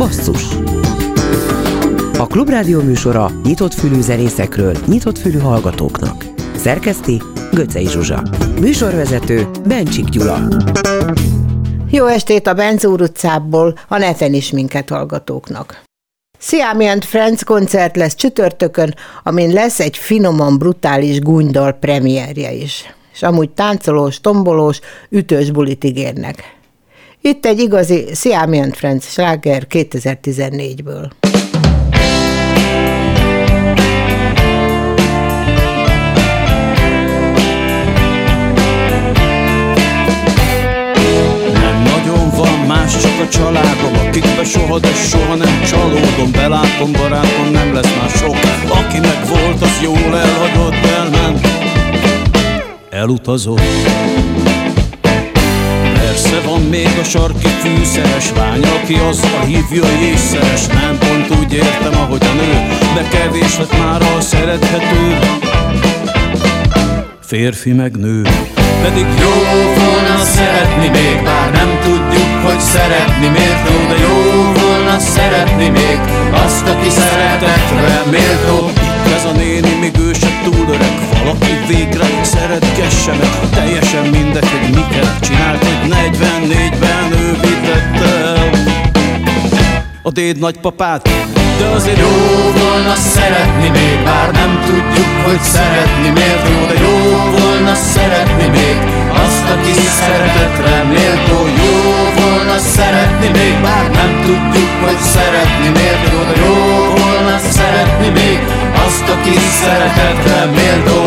Basszus. A Klubrádió műsora nyitott fülű zenészekről, nyitott fülű hallgatóknak. Szerkeszti Göcsei Zsuzsa. Műsorvezető Bencsik Gyula. Jó estét a Benzúr utcából, a neten is minket hallgatóknak. Siami and Friends koncert lesz csütörtökön, amin lesz egy finoman brutális gúnydal premierje is. És amúgy táncolós, tombolós, ütős bulit ígérnek. Itt egy igazi Siami and Friends sláger 2014-ből. Más csak a családom, akikbe soha, de soha nem csalódom. Belátom, barátom, nem lesz már sok. Aki meg volt, az jól elhagyott, elment, elutazott. Persze van még a sarki fűszeres lány, aki azzal hívja, hogy észszeres. Nem pont úgy értem, ahogy a nő, de kevés lett már a szerethető. Férfi meg nő. Pedig jó volna szeretni még, bár nem tudjuk, hogy szeretni miért jó, de jó volna szeretni még azt, aki szeretetre méltó. Itt ez a néni, míg ő se túl öreg, valaki végre szeretgesse meg. Teljesen mindegy, hogy miket csinált, hogy 44-ben ő vitette el a déd nagypapát. De azért jó volna szeretni még, bár nem tudjuk, hogy szeretni miért jó, de jó volna szeretni még azt, aki szeretetre méltó. Jó volna szeretni még, bár nem tudjuk, hogy szeretni miért jó, de jó volna szeretni még azt, aki szeretetre méltó.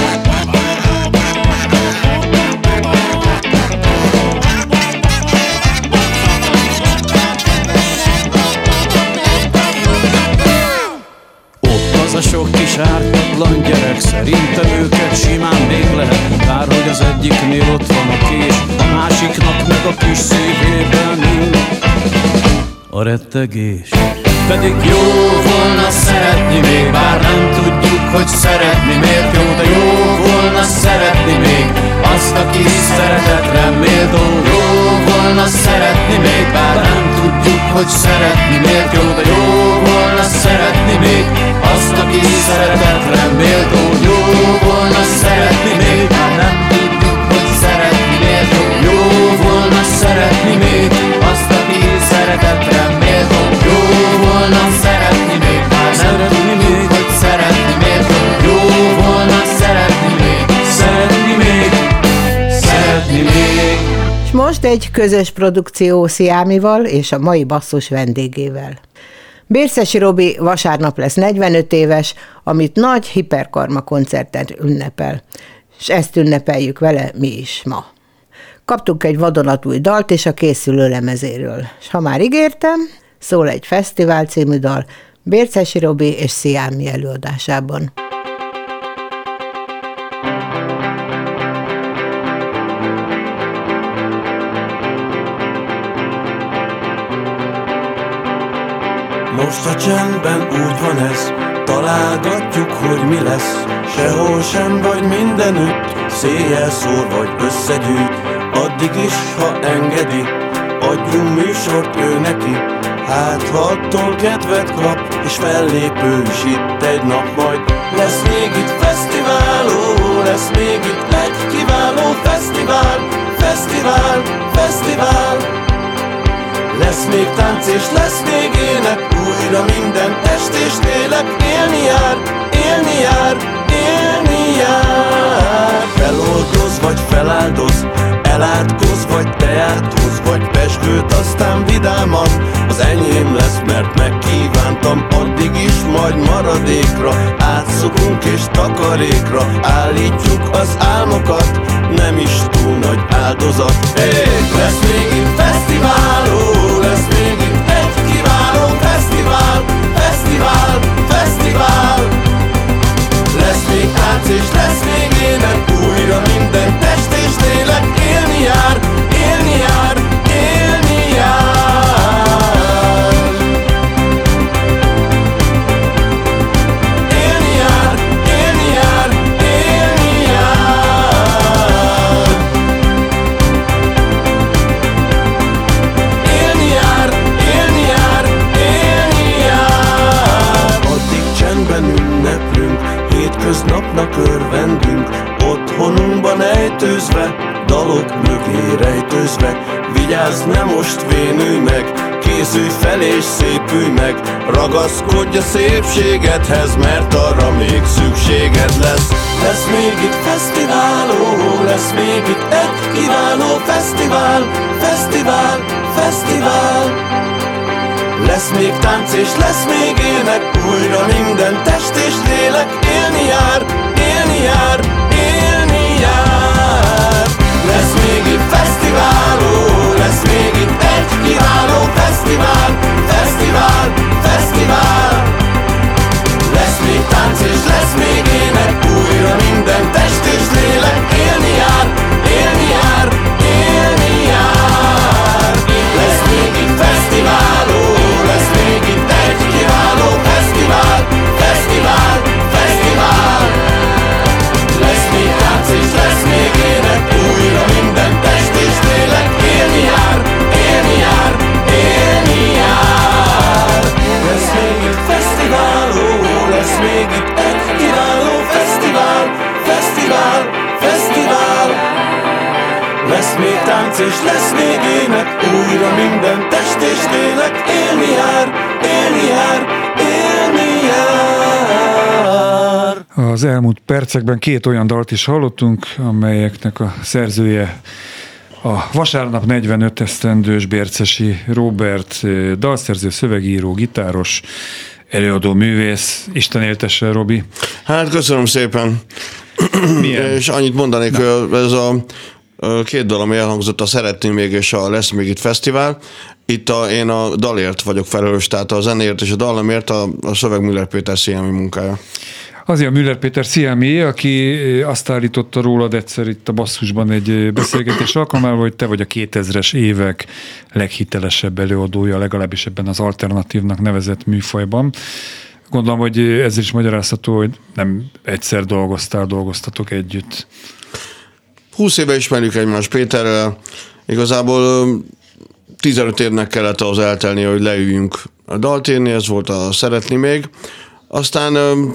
A sok kis ártatlan gyerek, szerintem őket simán még lehet. Bár hogy az egyiknél ott van a kés, a másiknak meg a kis szívében ül a rettegés. Pedig jó volna szeretni még, bár nem tudjuk, hogy szeretni miért jó, de jó volna szeretni még azt, aki szeretetre méltó. Jó volna szeretni még, bár nem tudjuk, hogy szeretni miért jó, de jó volna szeretni még azt, aki szeretetre méltó. Jó volna szeretni még, bár nem tudjuk, hogy szeretni miért jó. Jó volna szeretni még azt, aki szeretetre méltó. Jó volna szeretni még, bár nem tudjuk, hogy szeretni miért jó. Jó volna szeretni még, szeretni még, szeretni még. És most egy közös produkció Siamival és a mai basszus vendégével. Bércesi Robi vasárnap lesz 45 éves, amit nagy hiperkarma koncerten ünnepel, és ezt ünnepeljük vele mi is ma. Kaptunk egy vadonatúj dalt és a készülő lemezéről, és ha már ígértem, szól egy fesztivál című dal Bércesi Robi és Siami előadásában. Most a csendben úgy van ez, találgatjuk, hogy mi lesz. Sehol sem vagy mindenütt, széjjel szór vagy összegyűjt. Addig is, ha engedi, adjunk műsort ő neki. Hát ha attól kedvet kap, és fellépő is itt egy nap majd. Lesz még itt fesztivál, ó, lesz még itt egy kiváló fesztivál. Fesztivál, fesztivál. Lesz még tánc és lesz még ének, újra minden est és lélek. Élni jár, élni jár, élni jár. Feloldoz vagy feláldoz, elátkoz vagy teáthoz, vagy pezsgőt, aztán vidáman az enyém lesz, mert megkívántam. Addig is majd maradékra átszokunk és takarékra állítjuk az álmokat, nem is túl nagy áldozat. Lesz még itt fesztivál, ó, lesz még itt egy kiváló fesztivál. Fesztivál, fesztivál. Lesz még tánc és lesz még ének, újra minden test és lélek. Élni jár, élni jár, élni jár. Élni jár, élni jár, élni jár. most vénülj meg, készülj fel és szépülj meg, ragaszkodj a szépségedhez, mert arra még szükséged lesz. Lesz még itt fesztivál, lesz még itt egy kiváló fesztivál, fesztivál, fesztivál. Lesz még tánc és lesz még ének, újra minden test és lélek élni jár, élni jár, élni jár. Lesz még itt fesztivál, lesz még itt egy kiváló fesztivál, fesztivál, fesztivál. Lesz még tánc és lesz még ének, újra minden test és lélek élni jár, élni jár, élni jár. Lesz még itt fesztivál, lesz még itt egy kiváló fesztivál, fesztivál, fesztivál. Lesz még tánc és lesz még ének, újra minden test és lélek élni jár, élni jár, élni jár. Lesz még itt fesztivál, lesz még itt egy kiváló fesztivál, fesztivál, fesztivál. Lesz még tánc és lesz még ének, újra minden test és lélek élni jár, élni jár, élni jár. Az elmúlt percekben 2 olyan dalt is hallottunk, amelyeknek a szerzője a vasárnap 45 esztendős Bércesi Róbert, dalszerző, szövegíró, gitáros, előadó művész. Isten éltesse, Robi. Hát köszönöm szépen. Milyen? És annyit mondanék, hogy ez a 2 dal, ami elhangzott, a Szeretni még és a Lesz még itt fesztivál. Itt én a dalért vagyok felelős, tehát a zenéért és a dallamért a szöveg Müller Péter Sziámi munkája. Azért a Müller Péter Sziámi, aki azt állította rólad egyszer itt a Basszusban egy beszélgetés alkalmával, hogy te vagy a 2000-es évek leghitelesebb előadója, legalábbis ebben az alternatívnak nevezett műfajban. Gondolom, hogy ezzel is magyarázható, hogy nem egyszer dolgoztatok együtt. 20 éve ismerjük egymást Péterrel. Igazából 15 évnek kellett ahhoz eltelni, hogy leüljünk a dalt írni, ez volt a Szeretni még. Aztán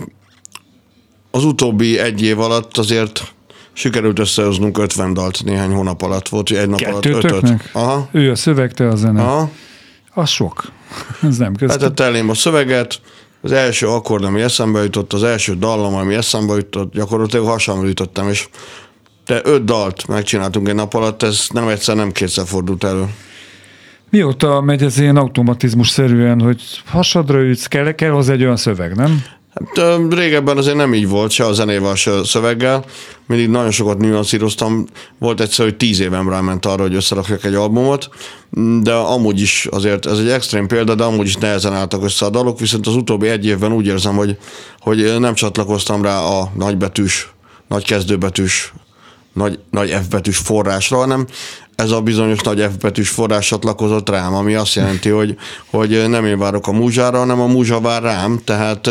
az utóbbi 1 év alatt azért sikerült összehoznunk 50 dalt néhány hónap alatt. Volt egy nap alatt 5-öt. Aha. Ő a szöveg, te a zene. Aha. Az sok. Ez nem köztük. Hát elém a szöveget, az első akkord, ami eszembe jutott, az első dallam, ami eszembe jutott, gyakorlatilag hasamra jutottam, és de 5 dalt megcsináltunk egy nap alatt, ez nem egyszer, nem kétszer fordult elő. Mióta megy ez ilyen automatizmus-szerűen, hogy hasadra ütsz, kell hozzá egy olyan szöveg, nem? Hát, régebben azért nem így volt, se a zenével, se a szöveggel. Mindig nagyon sokat nüanszíroztam. Volt egyszer, hogy 10 évem ráment arra, hogy összerakjak egy albumot, de amúgy is azért, ez egy extrém példa, de amúgy is nehezen álltak össze a dalok, viszont az utóbbi 1 évben úgy érzem, hogy nem csatlakoztam rá a nagybetűs, nagy kezdőbetűs, nagy F betűs forrásra, hanem ez a bizonyos nagy F betűs forrás csatlakozott rám, ami azt jelenti, hogy nem én várok a múzsára, hanem a múzsa vár rám, tehát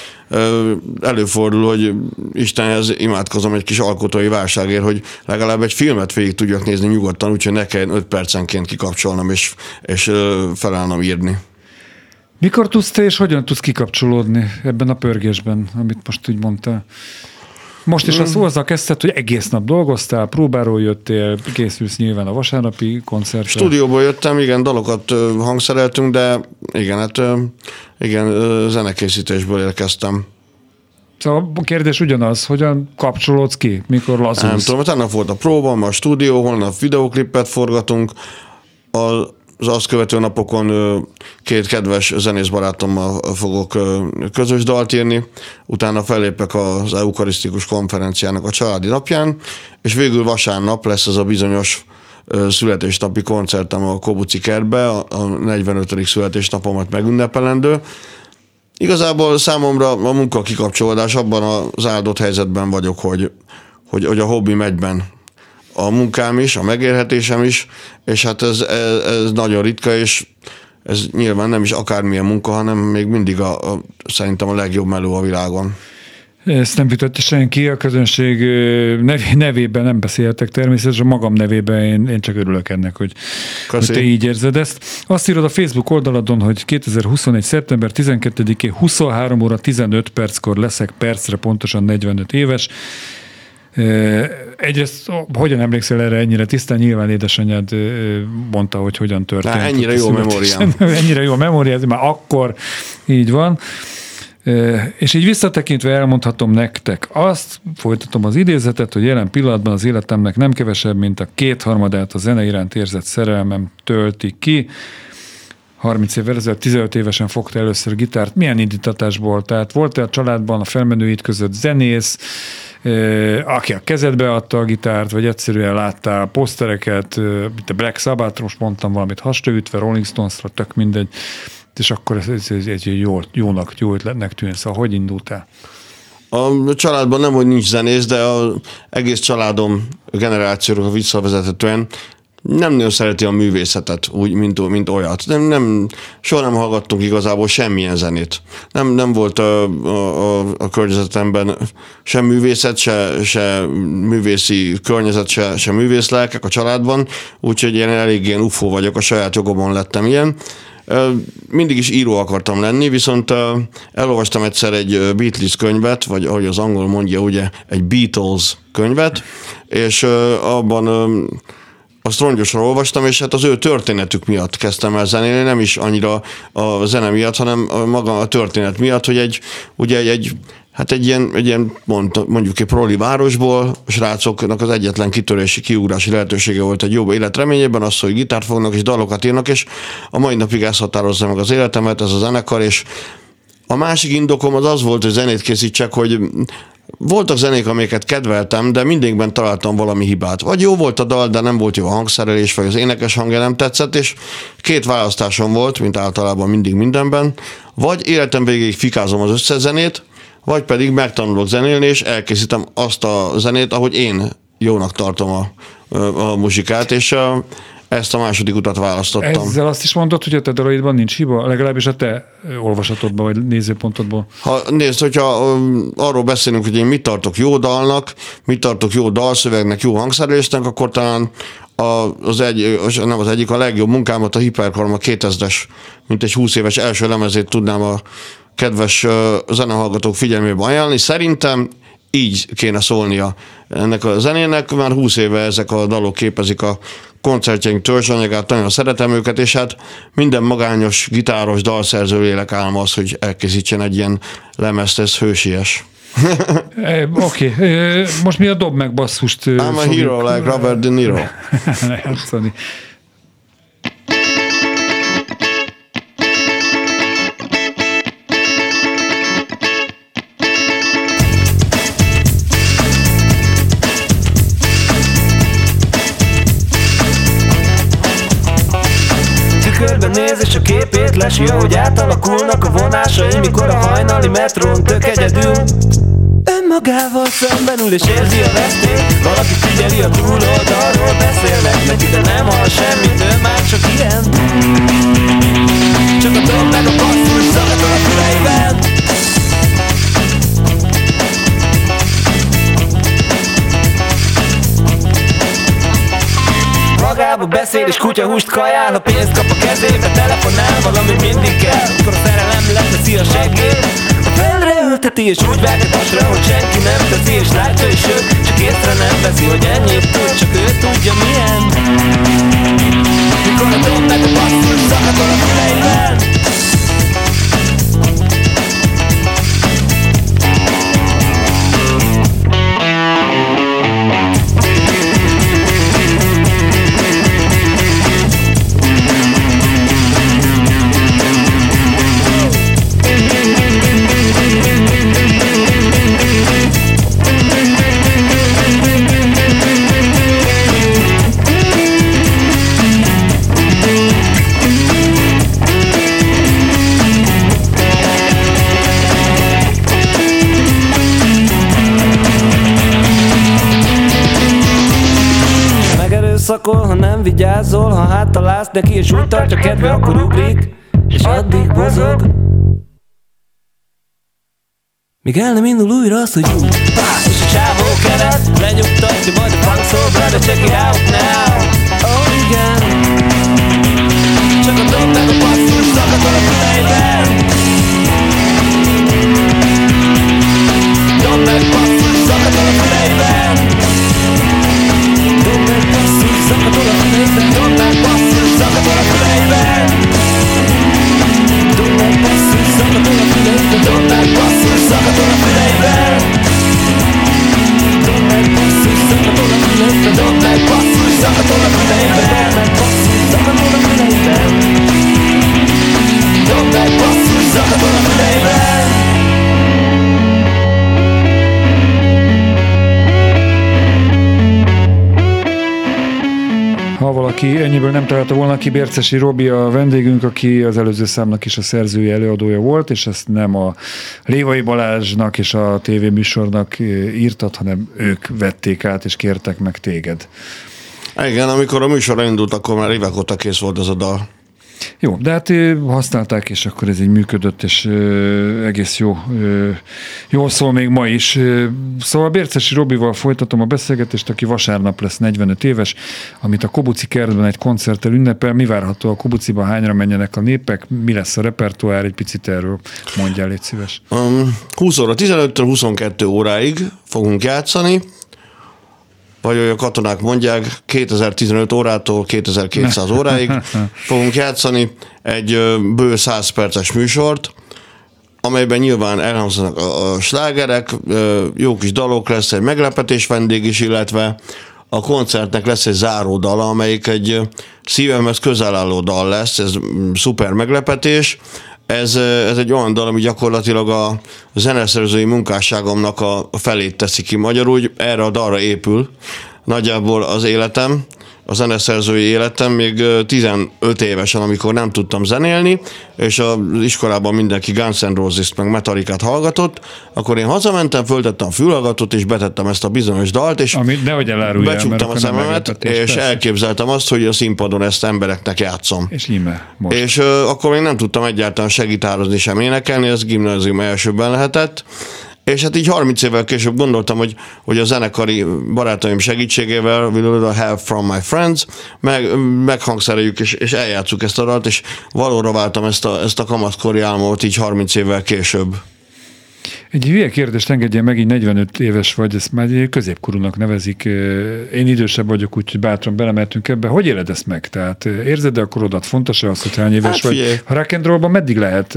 előfordul, hogy Istenhez imádkozom egy kis alkotói válságért, hogy legalább egy filmet végig tudjak nézni nyugodtan, úgyhogy ne kelljen 5 percenként kikapcsolnom és felállnom írni. Mikor tudsz te és hogyan tudsz kikapcsolódni ebben a pörgésben, amit most úgy mondtál? Most is azzal kezdted, hogy egész nap dolgoztál, próbáról jöttél, készülsz nyilván a vasárnapi koncertre. Stúdióból jöttem, igen, dalokat hangszereltünk, de igen, zenekészítésből érkeztem. Szóval a kérdés ugyanaz, hogyan kapcsolódsz ki, mikor lazulsz? Nem tudom, tegnap volt a próba, ma a stúdió, holnap videóklipet forgatunk, az azt követő napokon 2 kedves zenészbarátommal fogok közös dalt írni, utána fellépek az eukarisztikus konferenciának a családi napján, és végül vasárnap lesz ez a bizonyos születésnapi koncertem a Kobuci kertbe, a 45. születésnapomat megünnepelendő. Igazából számomra a munka kikapcsolódás, abban az áldott helyzetben vagyok, hogy a hobbim egyben. A munkám is, a megélhetésem is, és hát ez nagyon ritka, és ez nyilván nem is akármilyen munka, hanem még mindig szerintem a legjobb meló a világon. Ezt nem vitatja senki, a közönség nevében nem beszéltek természetesen, magam nevében én csak örülök ennek, hogy te így érzed ezt. Azt írod a Facebook oldaladon, hogy 2021. szeptember 12-én 23 óra 15 perckor leszek percre pontosan 45 éves. Egyrészt, hogyan emlékszel erre ennyire tisztán? Nyilván édesanyád mondta, hogy hogyan történt. Ennyire jó memóriám. Ennyire jó memóriám, már akkor így van. És így visszatekintve elmondhatom nektek azt, folytatom az idézetet, hogy jelen pillanatban az életemnek nem kevesebb, mint a 2/3 a zene iránt érzett szerelmem tölti ki. 30 évvel ezelőtt, 15 évesen fogta először gitárt. Milyen indítatásból? Tehát volt-e a családban a felmenőid között zenész, aki a kezedbe adta a gitárt, vagy egyszerűen láttál posztereket, mint a Black Sabbath, most mondtam valamit hasraütve, Rolling Stones-ra, tök mindegy, és akkor ez egy jó ötletnek tűnt. Szóval hogy indultál? A családban nem, hogy nincs zenész, de az egész családom generációra visszavezethetően nem nagyon szereti a művészetet, úgy, mint olyat. Soha nem hallgattunk igazából semmilyen zenét. Nem volt a környezetemben sem művészet, se művészi környezet, se művészlelkek a családban, úgyhogy én elég ilyen ufó vagyok, a saját jogomon lettem ilyen. Mindig is író akartam lenni, viszont elolvastam egyszer egy Beatles könyvet, vagy ahogy az angol mondja, ugye egy Beatles könyvet, és abban azt rongyosra olvastam, és hát az ő történetük miatt kezdtem el zenélni, nem is annyira a zene miatt, hanem maga a történet miatt, hogy egy ilyen mondjuk egy proli városból a srácoknak az egyetlen kitörési, kiugrási lehetősége volt egy jobb élet reményében, az, hogy gitárt fognak és dalokat írnak, és a mai napig ezt határozza meg az életemet, ez a zenekar, és a másik indokom az volt, hogy zenét készítsek, hogy voltak zenék, amiket kedveltem, de mindegyikben találtam valami hibát. Vagy jó volt a dal, de nem volt jó a hangszerelés, vagy az énekes hangja nem tetszett, és 2 választásom volt, mint általában mindig mindenben. Vagy életem végéig fikázom az összes zenét, vagy pedig megtanulok zenélni, és elkészítem azt a zenét, ahogy én jónak tartom a muzsikát, és ezt a második utat választottam. Ezzel azt is mondod, hogy a te dalaidban nincs hiba? Legalábbis a te olvasatodban, vagy nézőpontodban. Nézd, hogyha arról beszélünk, hogy én mit tartok jó dalnak, mit tartok jó dalszövegnek, jó hangszerelésnek, akkor talán a legjobb munkámat, a Hiperkarma 2000-es, mint egy 20 éves első lemezét tudnám a kedves zenehallgatók figyelmébe ajánlani. Szerintem így kéne szólnia ennek a zenének, már 20 éve ezek a dalok képezik a koncertjeink törzsanyagát, nagyon szeretem őket, és hát minden magányos, gitáros, dalszerző lélek álma az, hogy elkészítsen egy ilyen lemezt, ez hősies. Oké. Most mi a dob meg basszust? I'm a hero like Robert De Niro. Lejátszani. Néz és a képét lesi, ahogy átalakulnak a vonásai, mikor a hajnali metrón tök egyedül önmagával szemben ül és érzi a vesztélyt. Valaki figyeli a túloldalról, beszélnek neki, de nem hall semmit, ő már csak ilyen. Csak a dob meg a basszus zakatol a füleiben. Magába beszél és kutyahúst kajál, ha pénzt kap a kezébe, telefonál, valami mindig kell. Mikor a szerelem leteszi a seggét, a földre ülteti és úgy vágtatásra, hogy senki nem teszi, és látja is őt, csak észre nem veszi, hogy ennyit tud, csak ő tudja milyen. Mikor a dob meg a basszus zakatol a füleiben. Szakol, ha nem vigyázol, ha háttalálsz neki és úgy tartja kedve, akkor ugrik, és addig bozog, míg el nem indul újra az, hogy úgy és a csávó keret lenyugtatja, majd a funk soul brother, check it out now. Oh igen, csak a dob meg a basszus zakatol a füleiben. Dob meg basszus zakatol a füleiben. Dob meg basszus, zakatol a füleiben. Dob meg basszus, zakatol a füleiben. Dob meg basszus, zakatol a füleiben. Dob meg basszus, zakatol a füleiben. Dob meg basszus, zakatol a füleiben. Dob meg basszus, zakatol a füleiben. Dob meg basszus, zakatol a füleiben. Ha valaki ennyiből nem találta volna ki, Bércesi Robi a vendégünk, aki az előző számnak is a szerzője, előadója volt, és ezt nem a Lévai Balázsnak és a tévéműsornak írtad, hanem ők vették át, és kértek meg téged. Igen, amikor a műsor indult, akkor már évek óta kész volt ez a dal. Jó, de hát használták, és akkor ez így működött, és egész jól szól még ma is. Szóval Bércesi Robival folytatom a beszélgetést, aki vasárnap lesz 45 éves, amit a Kobuci kertben egy koncerttel ünnepel. Mi várható a Kobuciban, hányra menjenek a népek, mi lesz a repertoár, egy picit erről mondjál, légy szíves. 20 óra 15-től 22 óráig fogunk játszani, vagy ahogy a katonák mondják, 2015 órától 2200 óráig fogunk játszani egy bő 100 perces műsort, amelyben nyilván elhangzanak a slágerek, jó kis dalok, lesz egy meglepetés vendég is, illetve a koncertnek lesz egy záró dala, amelyik egy szívemhez közel álló dal lesz, ez szuper meglepetés. Ez egy olyan dal, ami gyakorlatilag a zeneszerzői munkásságomnak a felét teszi ki. Magyarul erre a dalra épül nagyjából az életem, a zeneszerzői életem, még 15 évesen, amikor nem tudtam zenélni, és az iskolában mindenki Guns N' Roses-t meg Metallicát hallgatott, akkor én hazamentem, föltettem a fülhallgatót, és betettem ezt a bizonyos dalt, és becsuktam a szememet, és elképzeltem azt, hogy a színpadon ezt embereknek játszom. És íme most. És akkor még nem tudtam egyáltalán se gitározni, sem énekelni, ez gimnázium elsőben lehetett. És hát így 30 évvel később gondoltam, hogy a zenekari barátaim segítségével, with a help from my friends, meghangszereljük és eljátszuk ezt a dalt, és valóra váltam ezt a kamaszkori álmot így 30 évvel később. Egy hülye kérdést engedjen meg, így 45 éves vagy, ezt már középkorúnak nevezik. Én idősebb vagyok, úgyhogy bátran belemeltünk ebbe. Hogy éled ezt meg? Tehát érzed-e a korodat? Fontos-e az, hogy hány éves vagy? A rock and rollban meddig lehet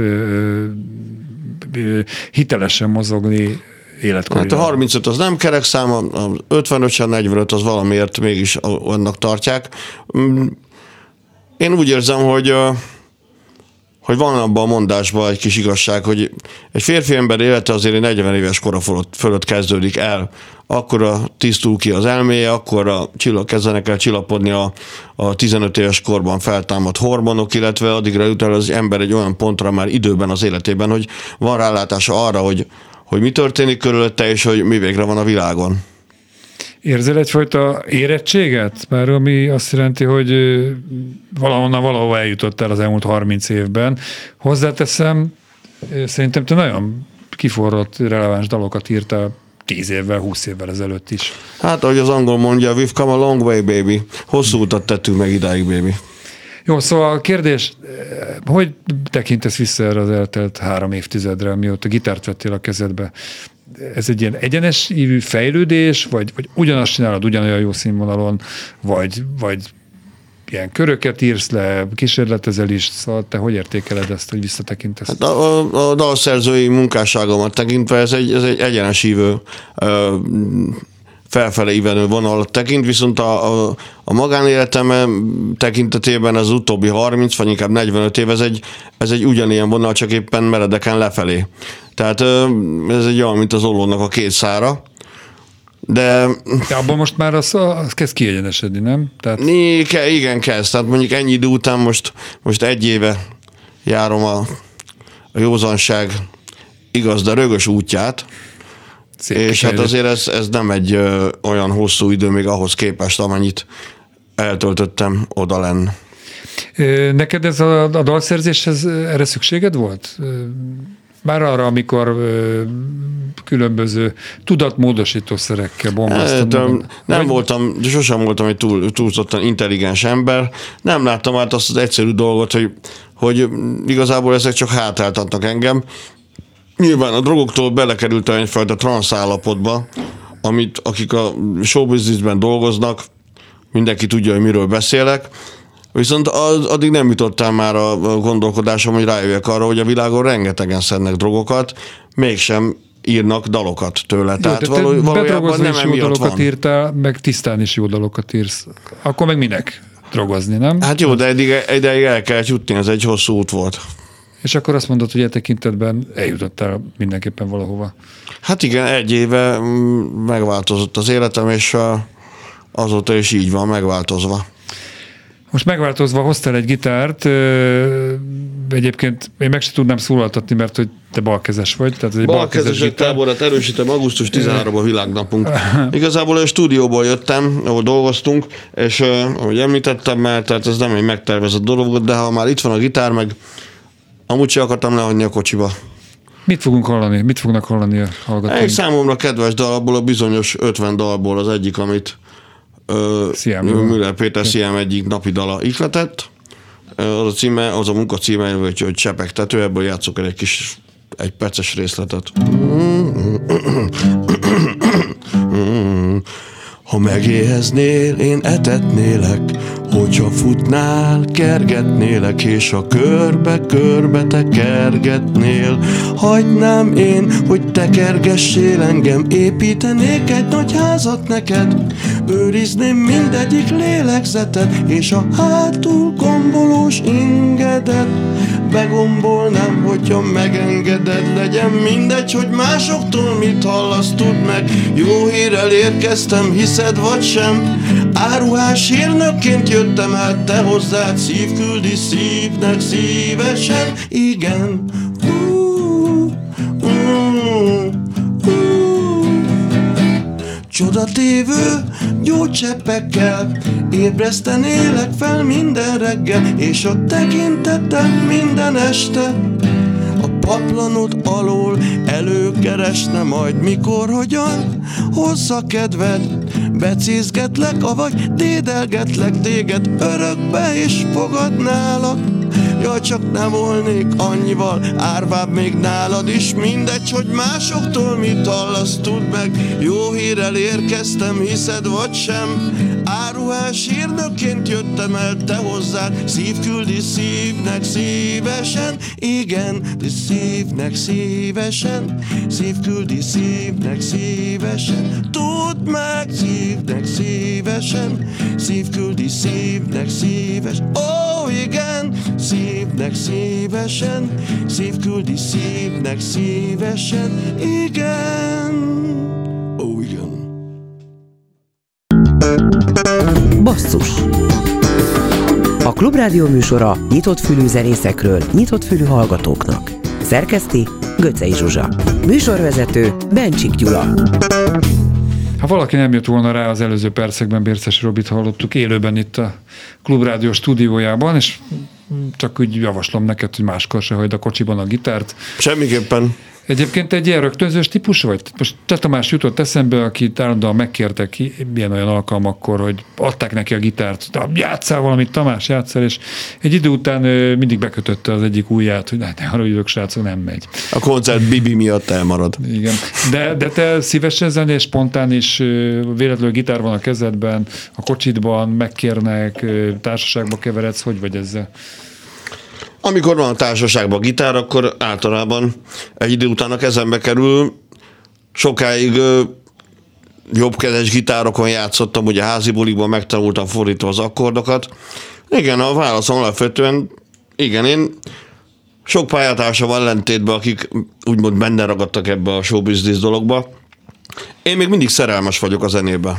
hitelesen mozogni életkoriban? Hát a 35 az nem kerek szám, a 55 sem, 45 az valamiért mégis annak tartják. Én úgy érzem, hogy van abban a mondásban egy kis igazság, hogy egy férfi ember élete azért 40 éves kora fölött kezdődik el. Akkora tisztul ki az elméje, akkora kezdenek el csillapodni a 15 éves korban feltámadt hormonok, illetve addigra jut el az ember egy olyan pontra már időben az életében, hogy van rálátása arra, hogy mi történik körülötte, és hogy mi végre van a világon. Érzel egyfajta érettséget? Már ami azt jelenti, hogy valahova eljutottál az elmúlt 30 évben. Hozzáteszem, szerintem te nagyon kiforrott, releváns dalokat írtál 10 évvel, 20 évvel ezelőtt is. Hát, ahogy az angol mondja, we've come a long way, baby. Hosszú utat tettünk meg idáig, baby. Jó, szóval a kérdés, hogy tekintesz vissza erre az eltelt 3 évtizedre, mióta gitárt vettél a kezedbe? Ez egy ilyen egyenes ívű fejlődés, vagy ugyanazt csinálod ugyanolyan jó színvonalon, vagy ilyen köröket írsz le, kísérletezel is, szóval te hogy értékeled ezt, hogy visszatekintesz? Hát a dalszerzői munkásságomat tekintve ez egy egyenes ívő felfele ívelő vonalat tekint, viszont a magánéletem tekintetében az utóbbi 30, vagy inkább 45 év, ez egy ugyanilyen vonal, csak éppen meredeken lefelé. Tehát ez egy olyan, mint az ollónak a két szára. De abban most már az kezd kiegyenesedni, nem? Tehát... Igen, kezd. Tehát mondjuk ennyi idő után most egy éve járom a józanság igaz, de rögös útját. Szép és hát azért ez nem egy olyan hosszú idő még ahhoz képest, amennyit eltöltöttem odalenn. Neked ez a dalszerzéshez erre szükséged volt? Már arra, amikor különböző tudatmódosító szerekkel bombáztam. Sosem voltam egy túlzottan intelligens ember. Nem láttam át azt az egyszerű dolgot, hogy igazából ezek csak hátráltatnak engem. Nyilván a drogoktól belekerültem egyfajta transz állapotba, akik a showbusinessben dolgoznak, mindenki tudja, hogy miről beszélek. Viszont addig nem jutottál már a gondolkodásom, hogy rájöjjek arra, hogy a világon rengetegen szednek drogokat, mégsem írnak dalokat tőle. Jó, tehát valójában nem jó dalokat van. írtál, meg tisztán is jó dalokat írsz. Akkor meg minek drogozni, nem? Hát jó, de ideig el kellett jutni, ez egy hosszú út volt. És akkor azt mondod, hogy e tekintetben eljutottál mindenképpen valahova. Hát igen, 1 éve megváltozott az életem, és azóta is így van, megváltozva. Most megváltozva hoztál egy gitárt, egyébként én meg sem tudnám szólaltatni, mert hogy te balkezes vagy. Tehát ez egy balkezes gitár. Táborát erősítem, augusztus 13 a világnapunk. Igazából a stúdióból jöttem, ahol dolgoztunk, és ahogy említettem már, tehát ez nem egy megtervezett dolog volt, de ha már itt van a gitár, meg amúgy sem akartam lehagyni a kocsiba. Mit fogunk hallani? Mit fognak hallani a hallgatóink? Egy számomra kedves dal, abból a bizonyos 50 dalból az egyik, amit Müller Péter Sziám egyik napi dala ihletett. Az a címe, az a munka címe, hogy Csepegtető, ebből játszok el egy perces részletet. Ha megéheznél, én etetnélek, hogyha futnál, kergetnélek, és a körbe-körbe te kergetnél. Hagynám én, hogy te kergessél engem, építenék egy nagy házat neked, őrizném mindegyik lélegzetet, és a hátul gombolós ingedet begombolnám, hogyha megengeded. Legyen mindegy, hogy másoktól mit hallasz, tudd meg, jó hírrel érkeztem, hiszed vagy sem. Áruhás hírnökként jöttem el te hozzád, szív küldi szívnek szívesen, igen. Csodatévő gyógycseppekkel ébresztenélek fel minden reggel, és a tekintetem minden este a paplanod alól előkeresne, majd mikor, hogyan hozza kedved. Becézgetlek, avagy dédelgetlek téged örökbe, és fogadnálak. Jaj, csak nem volnék annyival árvább még nálad is, mindegy, hogy másoktól mit hallasz, tudd meg, jó hírrel érkeztem, hiszed vagy sem. Áruhás hírnökként jöttem el te hozzád, szív küldi szívnek szívesen, igen, de szívnek szívesen, szív küldi szívnek szívesen, tudd meg, szívnek szívesen, szív küldi szívnek szívesen, ó igen, szívnek szívesen, szív küldi szívnek szívesen, igen, ó igen. Basszus. A Klubrádió műsora nyitott fülű zenészekről, nyitott fülű hallgatóknak. Szerkeszti Göcsei Zsuzsa. Műsorvezető Bencsik Gyula. Ha valaki nem jött volna rá, az előző percekben Bércesi Robit hallottuk élőben itt a Klubrádió stúdiójában, és csak úgy javaslom neked, hogy máskor se hagyd a kocsiban a gitárt. Semmiképpen. Egyébként egy ilyen rögtönzős típus vagy? Most te Tamás jutott eszembe, akit állandóan megkértek ilyen-olyan alkalmakkor, hogy adták neki a gitárt, játsszál valamit, Tamás, játsszál, és egy idő után mindig bekötötte az egyik ujját, hogy ne haragudjak, srácok, nem megy. A koncert Bibi miatt elmarad. Igen. De te szívesen zenés, spontán is, véletlenül gitár van a kezedben, a kocsitban, megkérnek, társaságba keveredsz, hogy vagy ezzel? Amikor van a társaságban gitár, akkor általában egy idő után a kezembe kerül. Sokáig jobbkezes gitárokon játszottam, ugye házi bulikban megtanultam fordítva az akkordokat. Igen, a válaszom alapvetően, igen, én sok pályatársam ellentétben, akik úgymond benne ragadtak ebbe a showbiznisz dologba. Én még mindig szerelmes vagyok a zenébe.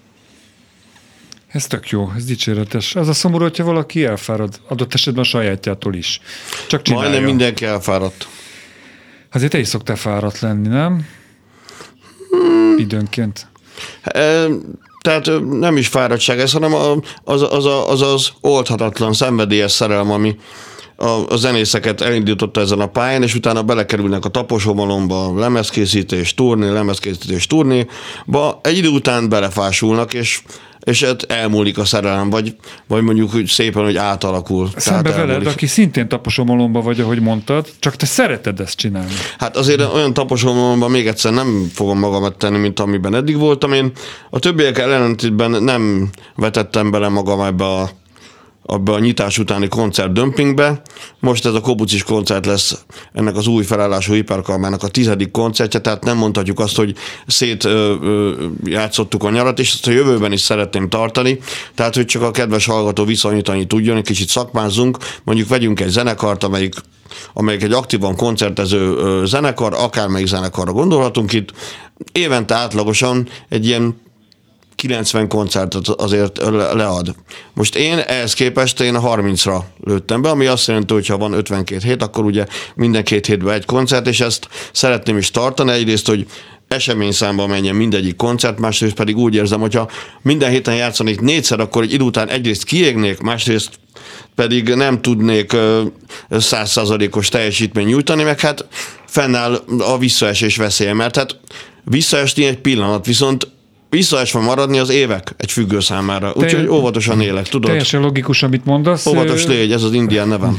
Ez tök jó, ez dicséretes. Az a szomorú, hogyha valaki elfárad, adott esetben a sajátjától is. Csak csinálja. Majdnem mindenki elfáradt. Azért te is szoktál fáradt lenni, nem? Időnként. Tehát nem is fáradtság ez, hanem az oldhatatlan, szenvedélyes szerelem, ami a zenészeket elindította ezen a pályán, és utána belekerülnek a taposómalomba, lemezkészítés, turnéba, egy idő után belefásulnak, és és elmúlik a szerelem, vagy mondjuk hogy szépen, hogy átalakul. Szembe veled, aki szintén taposomolomba vagy, ahogy mondtad, csak te szereted ezt csinálni. Hát azért olyan taposomolomban még egyszer nem fogom magamat tenni, mint amiben eddig voltam. Én a többiek ellentétben nem vetettem bele magam ebbe a nyitás utáni koncert-dömpingbe. Most ez a Kobucis koncert lesz ennek az új felállású Hiperkarmának a 10. koncertje, tehát nem mondhatjuk azt, hogy játszottuk a nyarat, és ezt a jövőben is szeretném tartani. Tehát, hogy csak a kedves hallgató viszonyítani tudjon, egy kicsit szakmázzunk, mondjuk vegyünk egy zenekart, amelyik egy aktívan koncertező zenekar, akármelyik zenekarra gondolhatunk itt, évente átlagosan egy ilyen 90 koncertet azért lead. Most én ehhez képest a 30-ra lőttem be, ami azt jelenti, hogy ha van 52 hét, akkor ugye minden 2 hétben egy koncert, és ezt szeretném is tartani. Egyrészt, hogy eseményszámban menjen mindegyik koncert, másrészt pedig úgy érzem, hogyha minden héten játszanék 4-szer, akkor egy idő után egyrészt kiégnék, másrészt pedig nem tudnék 100%-os teljesítmény nyújtani, meg hát fennáll a visszaesés veszélye, mert hát visszaesni egy pillanat, viszont visszaesve maradni az évek egy függő számára. Úgyhogy óvatosan élek, tudod? Teljesen logikus, amit mondasz. Óvatos légy, ez az indián nevem.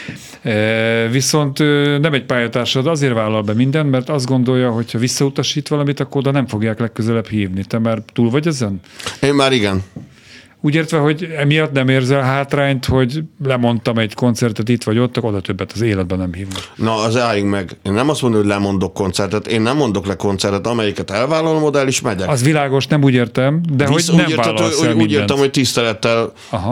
Viszont nem egy pályatársad azért vállal be mindent, mert azt gondolja, hogy ha visszautasít valamit, akkor oda nem fogják legközelebb hívni. Te már túl vagy ezen? Én már igen. Úgy értve, hogy emiatt nem érzel hátrányt, hogy lemondtam egy koncertet itt vagy ott, akkor oda többet az életben nem hívnak. Na, az álljunk meg. Én nem azt mondom, hogy lemondok koncertet, én nem mondok le koncertet, amelyiket elvállalom, oda el is megyek. Az világos, nem úgy értem, de hogy nem vállalsz el mindent. Úgy értem, hogy tisztelettel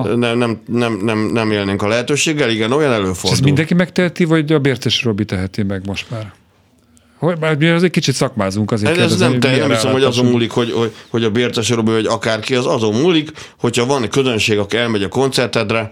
nem élnénk a lehetőséggel, igen, olyan előfordul. Ezt mindenki megteheti, vagy a Bérces Robi teheti meg most már? Mi az egy kicsit szakmázunk azért. Ez nem hiszem, hogy azon múlik, hogy a Bérces Robi, vagy akárki, az azon múlik, hogyha van egy közönség, aki elmegy a koncertedre,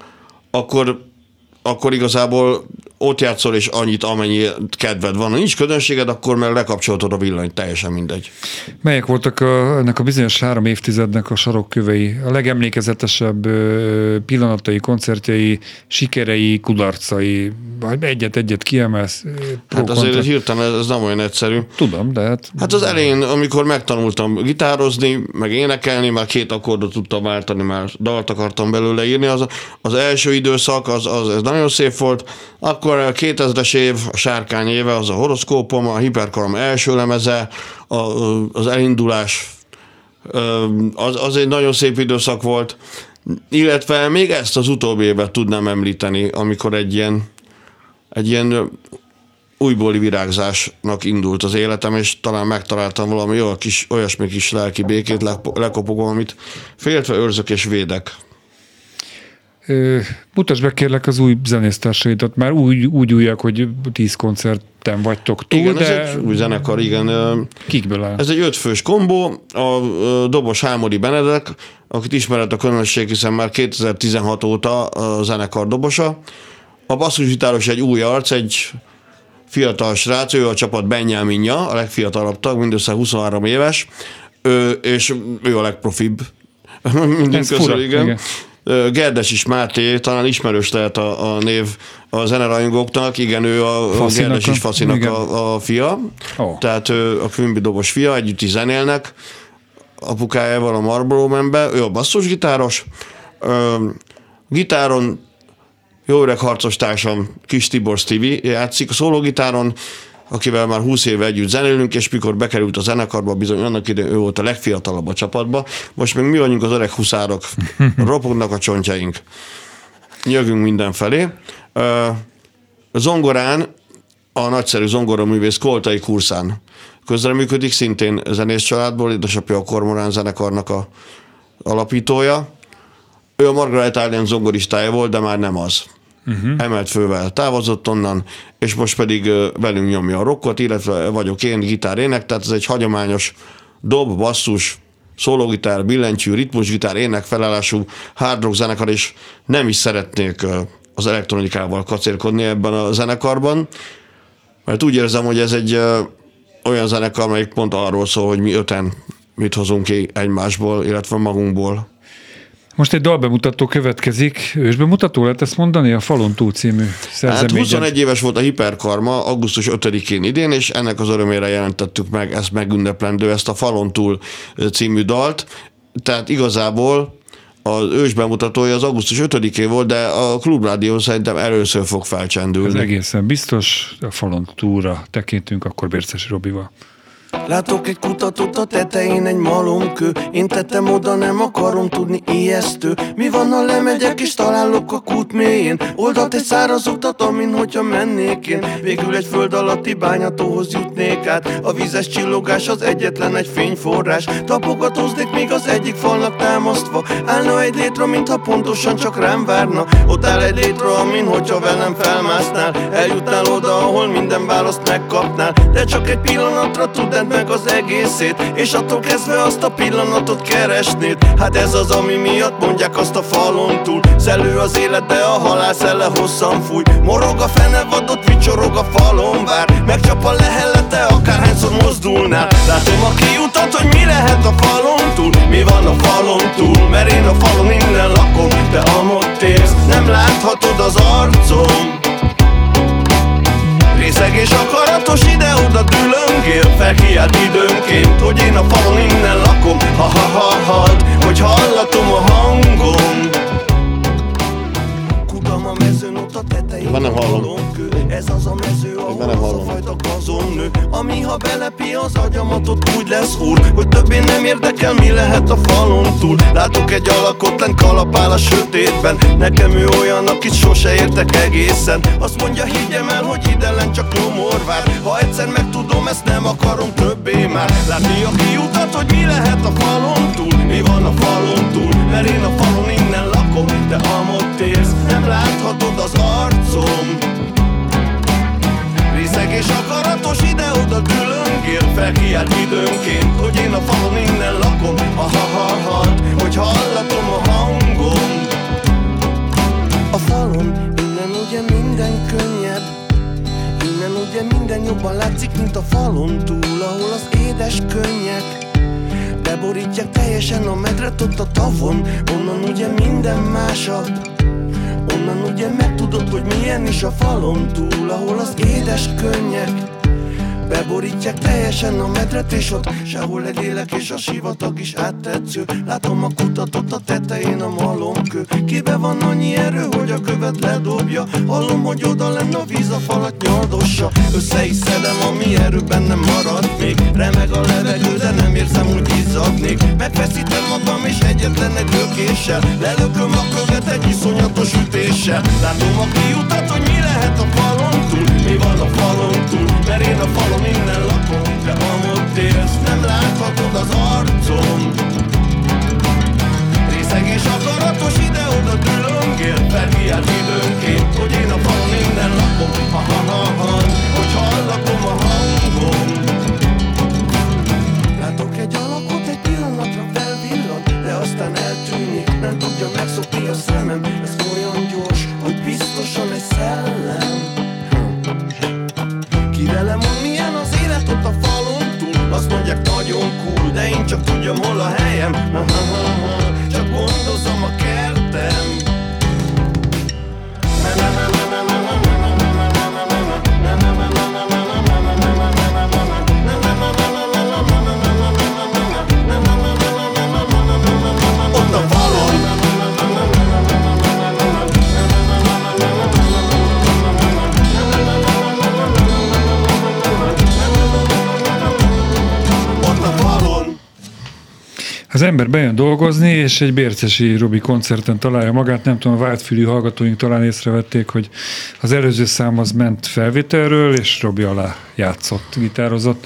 akkor igazából ott játszol, és annyit, amennyi kedved van. Ha nincs közönséged, akkor már lekapcsoltad a villanyt, teljesen mindegy. Melyek voltak ennek a bizonyos 3 évtizednek a sarokkövei, a legemlékezetesebb pillanatai, koncertjei, sikerei, kudarcai, vagy egyet kiemelsz? Hát azért hirtelen ez nem olyan egyszerű. Tudom, de hát... Hát az elején, amikor megtanultam gitározni, meg énekelni, már 2 akkordot tudtam váltani, már dalt akartam belőle írni, az első időszak, ez nagyon szép volt. Akkor a 2000-es év, a sárkány éve, az a horoszkópom, a Hiperkarom első lemeze, az elindulás, az egy nagyon szép időszak volt, illetve még ezt az utóbbi évet tudnám említeni, amikor egy ilyen újbóli virágzásnak indult az életem, és talán megtaláltam valami olyasmi kis lelki békét, lekopogom, amit féltve őrzök és védek. Mutasd be kérlek az új zenésztársaidat, már úgy újak, hogy 10 koncerten vagytok túl, igen, de... ez egy új zenekar, igen. Kikből áll? Ez egy 5 fős kombó, a dobos Hámodi Benedek, akit ismeret a közönség, hiszen már 2016 óta a zenekar dobosa. A basszusgitáros egy új arc, egy fiatal srác, ő a csapat Benjaminja, a legfiatalabb tag, mindössze 23 éves, és ő a legprofibb. Minden közül, igen. Gerdes Máté, talán ismerős lehet a név a zenerajongóknak, igen, ő a Gerdes Faszinak a fia, tehát a Quimby dobos fia, együtt is zenélnek, apukájával a Marlboro Man-be, ő a basszusgitáros, gitáron jó öreg harcostársam Kis Tibor Stevie játszik, a szólógitáron, akivel már 20 éve együtt zenélünk, és mikor bekerült a zenekarba, bizony annak idején ő volt a legfiatalabb a csapatba. Most még mi vagyunk az öreg huszárok, ropognak a csontjaink, nyögünk mindenfelé. Zongorán a nagyszerű zongoraművész Koltai Kurszán közreműködik, szintén zenész családból, édesapja a Kormorán zenekarnak a alapítója. Ő a Margaret Island zongoristája volt, de már nem az. Emelt fővel távozott onnan, és most pedig velünk nyomja a rockot, illetve vagyok én gitárének, tehát ez egy hagyományos dob, basszus, szólógitár, billentyű, ritmusgitár, énekfelállású hard rock zenekar, és nem is szeretnék az elektronikával kacérkodni ebben a zenekarban, mert úgy érzem, hogy ez egy olyan zenekar, amelyik pont arról szól, hogy mi 5-en mit hozunk ki egymásból, illetve magunkból. Most egy dalbemutató következik. Ősbemutató lehet ezt mondani? A Falon túl című szerzeményen. Hát 21 éves volt a Hiperkarma augusztus 5-én idén, és ennek az örömére jelentettük meg ezt megünneplendő, ezt a Falon túl című dalt. Tehát igazából az ősbemutatója az augusztus 5-én volt, de a Klubrádió szerintem először fog felcsendülni. Ez egészen biztos, a falon túlra tekintünk, akkor Bércesi Robival. Látok egy kutatót a tetején, egy malomkő. Én tettem oda, nem akarom tudni, ijesztő. Mi van, ha lemegyek és találok a kút mélyén? Oldat egy száraz utat, amin hogyha mennék én. Végül egy föld alatti bányatóhoz jutnék át. A vízes csillogás az egyetlen egy fényforrás. Tapogatóznék még az egyik falnak támasztva. Állna egy létre, mintha pontosan csak rám várna. Ott áll egy létre, amin hogyha velem felmásznál. Eljutnál oda, ahol minden választ megkapnál. De csak egy pillanatra tud meg az egészét, és attól kezdve azt a pillanatot keresnéd. Hát ez az, ami miatt mondják azt a falon túl. Szellő az élet, de a halál szelle hosszan fúj. Morog a fenevadott, vicsorog a falon vár. Megcsap a lehellete, akárhányszor mozdulnál. Látom a kiutat, hogy mi lehet a falon túl. Mi van a falon túl, mert én a falon innen lakom. Te amott érsz, nem láthatod az arcom. Részeg és akaratos ide-oda dülöngél. Felkiált időnként, hogy én a falon innen lakom. Ha-ha-ha-had, hogy hallatom a hangom. Kutam a mezőn, ott a tetején nem hallom. Ez az a mező, ahol az a fajta gazonnő, ami ha belepi az agyamat, ott úgy lesz úr, hogy többé nem érdekel, mi lehet a falon túl. Látok egy alakot, lent kalapál a sötétben. Nekem ő olyan, akit sose értek egészen. Azt mondja, higgyem el, hogy ide lent csak nyomor vár. Ha egyszer megtudom, ezt nem akarom többé már. Látni a kiutat, hogy mi lehet a falon túl. Mi van a falon túl, mert én a falon innen lakom. Te amott érsz, nem láthatod az arcom. Részeg és akaratos ide-oda dülöngél. Felkiált időnként, hogy én a falon innen lakom. Ha-ha-ha-had, hogy hallatom a hangom. A falon innen ugye minden könnyebb. Innen ugye minden jobban látszik, mint a falon túl, ahol az édes könnyek beborítják teljesen a medret ott a tavon. Onnan ugye minden másabb. Onnan ugye megtudod, hogy milyen is a falon túl, ahol az édes könnyek beborítják teljesen a medret, és ott sehol egy lélek, és a sivatag is áttetsző. Látom a kutatot a tetején, a malomkő. Kibe van annyi erő, hogy a követ ledobja. Hallom, hogy oda lenne a víz, a falat nyaldossa. Össze is szedem, ami erő bennem maradt még. Remeg a levegő, de nem érzem, úgy izzadnék. Megfeszítem magam, és egyetlen egy lökéssel lelököm a követ egy iszonyatos ütéssel. Látom a kiutat, hogy mi lehet a falon túl. Mi van a falon túl, mert én a falon innen lakom. Te amott érsz, nem láthatod az arcom. Részeg és akaratos ide-oda dülöngél. Felkiált időnként, hogy én a falon innen lakom. Ha-ha-ha-had, hogy hallatom a hangom. Látok egy alakot, egy pillanatra felvillan, de aztán eltűnik, nem tudja megszokni a szemem. Ez olyan gyors, hogy biztosan egy szellem. Ki velem mond, milyen az élet ott a falon túl. Azt mondják, nagyon cool, de én csak tudjam, hol a helyem. Csak gondozom a kertem. Ott a falon. Az ember bejön dolgozni, és egy Bércesi Robi koncerten találja magát. Nem tudom, a váltfülű hallgatóink talán észrevették, hogy az előző szám az ment felvételről, és Robi alá játszott, gitározott.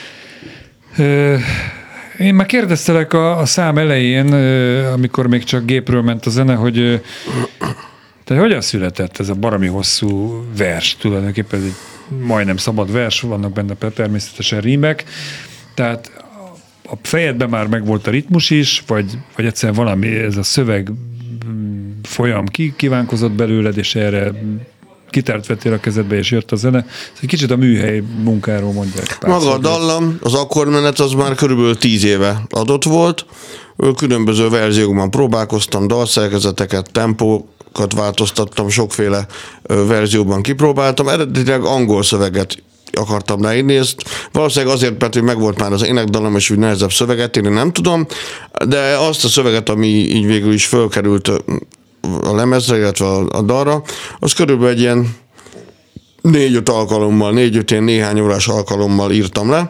Én már kérdeztelek a szám elején, amikor még csak gépről ment a zene, hogy te hogyan született ez a baromi hosszú vers? Tulajdonképpen ez egy majdnem szabad vers, vannak benne természetesen rímek. Tehát a fejedben már megvolt a ritmus is, vagy egyszerűen valami, ez a szöveg folyam kívánkozott belőled, és erre gitárt vettél a kezedbe, és jött a zene. Ez egy kicsit a műhely munkáról mondják. Maga a dallam, az akkordmenet az már körülbelül 10 éve adott volt. Különböző verziókban próbálkoztam, dalszerkezeteket, tempókat változtattam, sokféle verzióban kipróbáltam. Eredetileg angol szöveget akartam ráírni. Ezt valószínűleg azért, mert megvolt már az énekdalom, és úgy nehezebb szöveget írni, nem tudom, de azt a szöveget, ami így végül is fölkerült a lemezre, illetve a dalra, az körülbelül egy ilyen 4-5 alkalommal, 4-5 ilyen néhány órás alkalommal írtam le,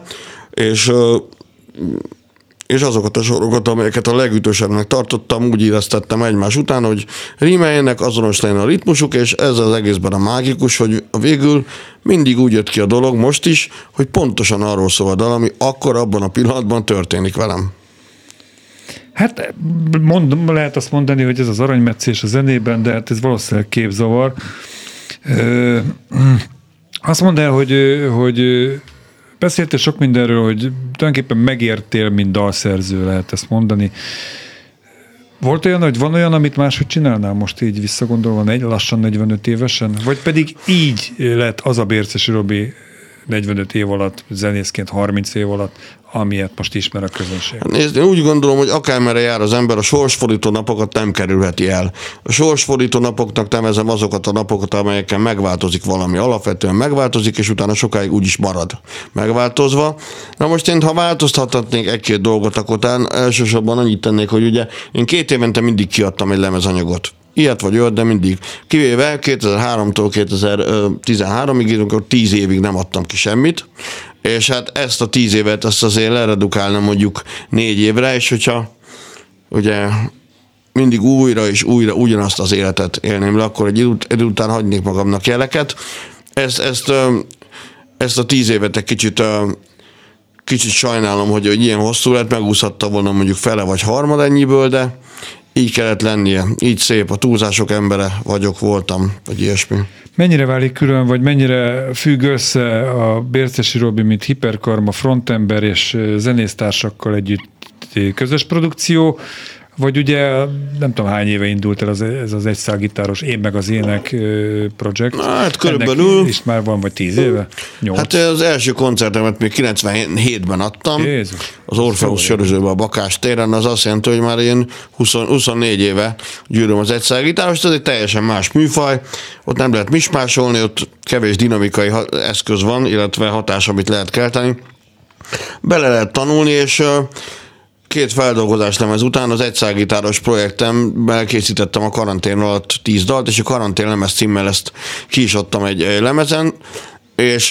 és azokat a sorokat, amelyeket a legütősebbnek tartottam, úgy éreztettem egymás után, hogy rímeljenek, azonos legyen a ritmusuk, és ez az egészben a mágikus, hogy végül mindig úgy jött ki a dolog, most is, hogy pontosan arról szól a dal, ami akkor abban a pillanatban történik velem. Hát lehet azt mondani, hogy ez az aranymetszés a zenében, de hát ez valószínűleg képzavar. Azt mondd el, hogy beszéltél sok mindenről, hogy tulajdonképpen megértél, mint dalszerző, lehet ezt mondani. Volt olyan, hogy van olyan, amit máshogy csinálnál most így visszagondolva lassan 45 évesen? Vagy pedig így lett az a Bércesi Robi 45 év alatt, zenészként 30 év alatt, amilyet most ismer a közönség? Nézd, én úgy gondolom, hogy akármerre jár az ember, a sorsfordító napokat nem kerülheti el. A sorsfordító napoknak nevezem azokat a napokat, amelyeken megváltozik valami, alapvetően megváltozik, és utána sokáig úgy is marad megváltozva. Na most én, ha változtathatnék egy-két dolgot, akkor elsősorban annyit tennék, hogy ugye én 2 évente mindig kiadtam egy lemezanyagot. Ilyet vagy olyat, de mindig. Kivéve 2003-tól 2013-ig, amikor 10 évig nem adtam ki semmit, és hát ezt a 10 évet ezt azért leredukálna mondjuk 4 évre, és hogyha ugye mindig újra és újra ugyanazt az életet élném le, akkor egy idő után hagynék magamnak jeleket. Ezt a 10 évet egy kicsit sajnálom, hogy ilyen hosszú lett, megúszhatta volna mondjuk fele vagy harmad ennyiből, de így kellett lennie, így szép, a túlzások embere voltam, vagy ilyesmi. Mennyire válik külön, vagy mennyire függ össze a Bércesi Robi, mint hiperkarma, frontember és zenésztársakkal együtt közös produkció, vagy ugye nem tudom hány éve indult el ez az egyszálgitáros Én meg az ének projekt. Hát körülbelül. És már van vagy 10 éve? 8. Hát az első koncertemet még 97-ben adtam. Jézus. Az Orpheus sörözőben a Bakás téren, az azt jelenti, hogy már én 24 éve gyűröm az egyszálgitárost, ez egy teljesen más műfaj, ott nem lehet mismásolni, ott kevés dinamikai eszköz van, illetve hatás, amit lehet kelteni. Bele lehet tanulni, és 2 feldolgozás lemez után az egyszálgitáros projektemben készítettem a karantén alatt 10 dalt, és a karantén lemez címmel ezt ki is adtam egy lemezen, és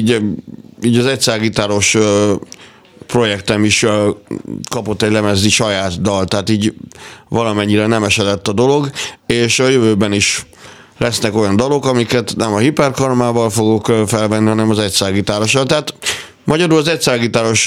így az egyszálgitáros projektem is kapott egy lemezni saját dalt, tehát így valamennyire nem esedett a dolog, és a jövőben is lesznek olyan dalok, amiket nem a hiperkarmával fogok felvenni, hanem az egyszálgitárossal. Tehát magyarul az egyszálgitáros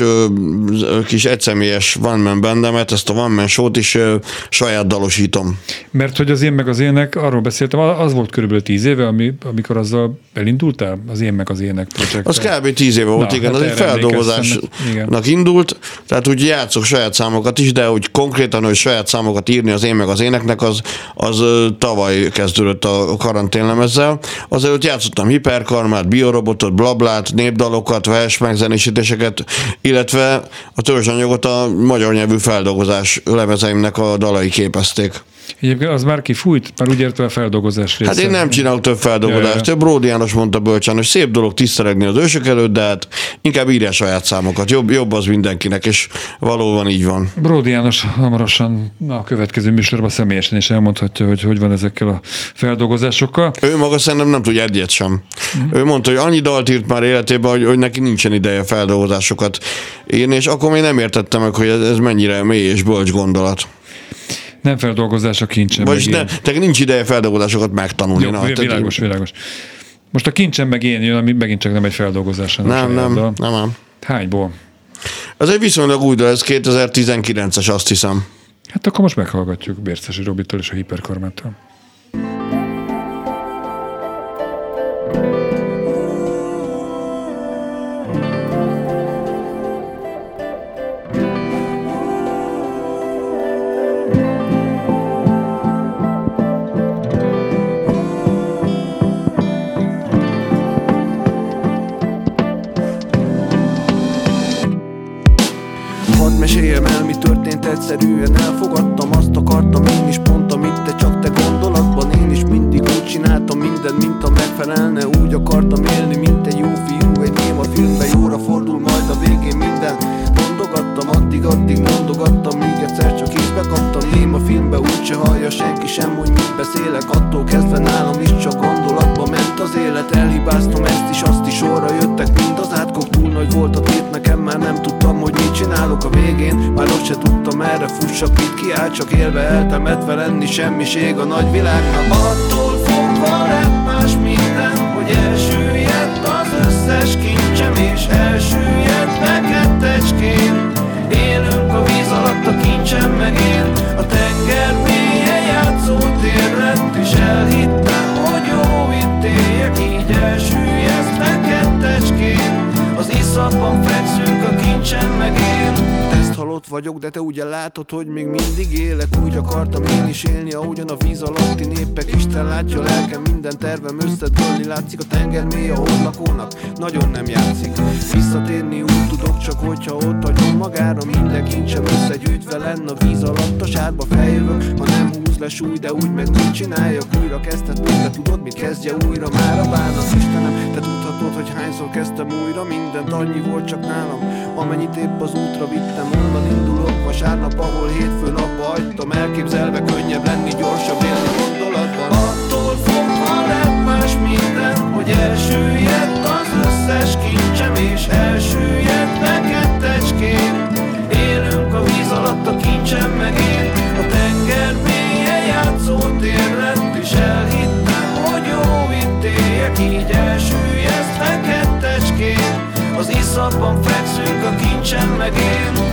kis egyszemélyes one-man bandemet, ezt a one-man show-t is saját dalosítom. Mert hogy az Én meg az ének, arról beszéltem, az volt körülbelül 10 éve, amikor azzal elindultál? Az Én meg az ének projekt. Az kb. 10 éve volt, igen, hát az egy feldolgozásnak indult, tehát úgy játszok saját számokat is, de úgy konkrétan, hogy saját számokat írni az Én meg az éneknek, az tavaly kezdődött a karanténlemezzel. Azelőtt játszottam hiperkarmát, biorobotot, blablát, népdalokat, vers megzenésítéseket, illetve a törzsanyagot a magyar nyelvű feldolgozás lemezeimnek a dalai képezték. Egyébként az már kifújt? Már úgy értve a feldolgozás része. Hát én nem csinálok több feldolgozást. Több Bródi János mondta bölcsen, hogy szép dolog tisztelegni az ősök előtt, de hát inkább írja saját számokat. Jobb az mindenkinek, és valóban így van. Bródi János hamarosan a következő műsorban személyesen is elmondhatja, hogy van ezekkel a feldolgozásokkal. Ő maga szerintem nem tudja egyet sem. Ő mondta, hogy annyi dalt írt már életében, hogy neki nincsen ideje feldolgozásokat írni, és akkor még nem értettem meg, hogy ez mennyire mély és bölcs gondolat. Nem feldolgozás a Kincsen. Vagyis tehát nincs ideje feldolgozásokat megtanulni. Jó, világos. Most a Kincsen meg én jön, ami megint csak nem egy feldolgozás. Nem. Hányból? Ez egy viszonylag új, de ez 2019-es, azt hiszem. Hát akkor most meghallgatjuk Bércesi Robitól és a hiperkarmától. Meséljem el, mi történt, egyszerűen elfogadtam, azt akartam én is pont, amit te gondolatban, én is mindig úgy csináltam minden, mint a megfelelne, úgy akartam élni, mint egy jó fiú, egy néma azt se hallja senki sem, hogy mit beszélek. Attól kezdve nálam is csak gondolatba ment az élet. Elhibáztam ezt is, azt is, sorra jöttek mind az átkok. Túl nagy volt a tét, nekem már nem tudtam, hogy mit csinálok a végén. Már azt se tudtam, merre fussak, mit kiáll, csak élve eltemetve lenni semmiség a nagy világnak. Attól fogva lett más minden, hogy elsüllyedt az összes kincsem, és elsüllyedt neked tecskén. Élünk a víz alatt, a kincsem meg én. A tenger mélyen játszótér lett, és elhittem, hogy jó itt éljek. Így elsüllyeszt neked tecskén. Az iszapban fekszünk, a kincsem meg én. Halott vagyok, de te ugye látod, hogy még mindig élek. Úgy akartam én is élni, ahogyan a víz alatti népek. Isten látja lelkem, minden tervem összedőlni látszik. A tenger mély, ahol lakónak nagyon nem játszik. Visszatérni úgy tudok, csak hogyha ott hagyom magára. Minden kincsem összegyűjtve lenne a víz alatt. A sárba feljövök, ha nem húz le súly, de úgy meg mit csináljak? Újra kezdhetnék, de tudod, mit kezdje újra? Már a bánat, Istenem, te tudhatod, hogy hányszor kezdtem újra. Mindent annyi volt csak nálam, amennyit épp az útra vittem. Onnan indulok vasárnap, ahol hétfőn abba hagytam. Elképzelve könnyebb lenni, gyorsabb élni gondolatban. Attól fogva lett más minden, hogy elsüllyedt az összes kincsem, és elsüllyedt neked tecskén. Élünk a víz alatt, a kincsem meg én. A tenger mélyen játszótér lett, és elhittem, hogy jó itt éljek. Így elsüllyedt neked tecskén. Az iszapban fekszünk, a kincsem meg én.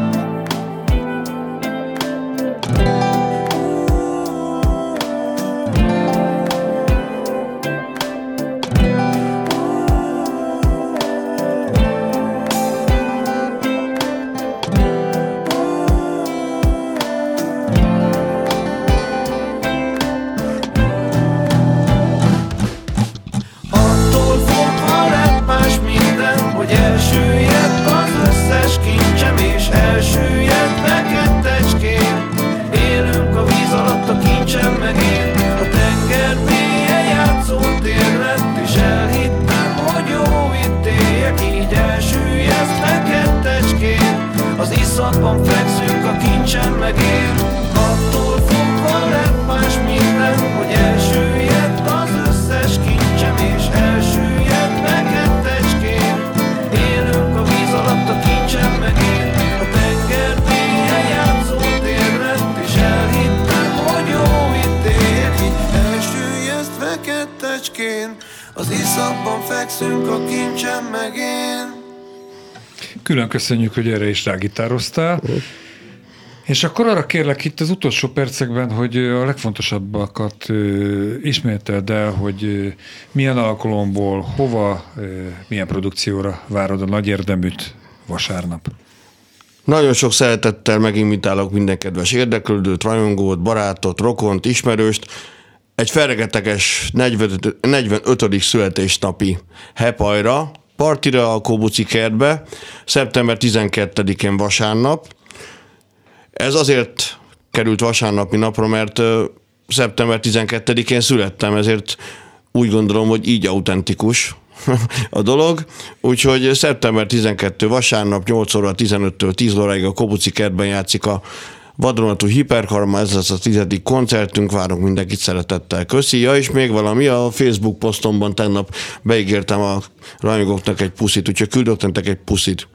Iszapban fekszünk, a kincsem meg én. Attól fogva lett más minden, hogy elsüllyedt az összes kincsem, és elsüllyedt neked tecskén. Élünk a víz alatt, a kincsem meg én. A tenger mélyen játszótér lett, és elhittem, hogy jó itt éljek. Így elsüllyeszt neked tecskén. Az iszapban fekszünk, a kincsem meg én. Külön köszönjük, hogy erre is rágitároztál. És akkor arra kérlek itt az utolsó percekben, hogy a legfontosabbakat ismételd el, hogy milyen alkalomból, hova, milyen produkcióra várod a nagy érdeműt vasárnap. Nagyon sok szeretettel meginvitálok minden kedves érdeklődőt, rajongót, barátot, rokont, ismerőst egy fergeteges 45. születésnapi hepajra, partira a Kóbuci kertbe, szeptember 12-én vasárnap. Ez azért került vasárnapi napra, mert szeptember 12-én születtem, ezért úgy gondolom, hogy így autentikus a dolog. Úgyhogy szeptember 12 vasárnap 8 óra 15-től 10 óráig a Kóbuci kertben játszik a vadonatúj Hiperkarma, ez lesz a 10. koncertünk, várok mindenkit szeretettel. Köszi, ja, és még valami, a Facebook posztomban tegnap beígértem a rajongóknak egy puszit, úgyhogy küldök nektek egy puszit.